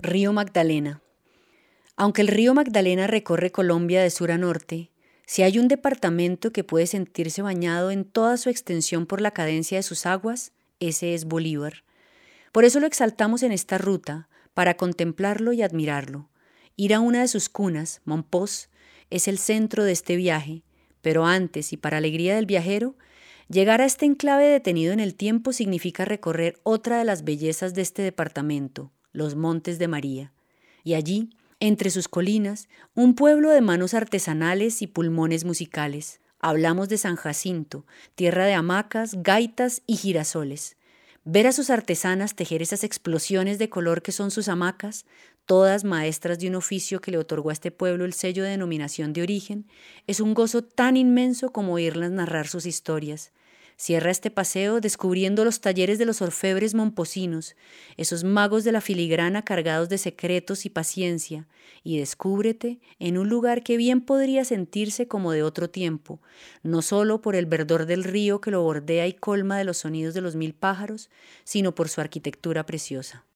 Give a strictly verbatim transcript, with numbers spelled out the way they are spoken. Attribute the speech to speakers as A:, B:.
A: Río Magdalena. Aunque el río Magdalena recorre Colombia de sur a norte, si hay un departamento que puede sentirse bañado en toda su extensión por la cadencia de sus aguas, ese es Bolívar. Por eso lo exaltamos en esta ruta, para contemplarlo y admirarlo. Ir a una de sus cunas, Mompox, es el centro de este viaje, pero antes y para alegría del viajero, llegar a este enclave detenido en el tiempo significa recorrer otra de las bellezas de este departamento, los Montes de María. Y allí, entre sus colinas, un pueblo de manos artesanales y pulmones musicales. Hablamos de San Jacinto, tierra de hamacas, gaitas y girasoles. Ver a sus artesanas tejer esas explosiones de color que son sus hamacas, todas maestras de un oficio que le otorgó a este pueblo el sello de denominación de origen, es un gozo tan inmenso como oírlas narrar sus historias. Cierra este paseo descubriendo los talleres de los orfebres momposinos, esos magos de la filigrana cargados de secretos y paciencia, y descúbrete en un lugar que bien podría sentirse como de otro tiempo, no solo por el verdor del río que lo bordea y colma de los sonidos de los mil pájaros, sino por su arquitectura preciosa.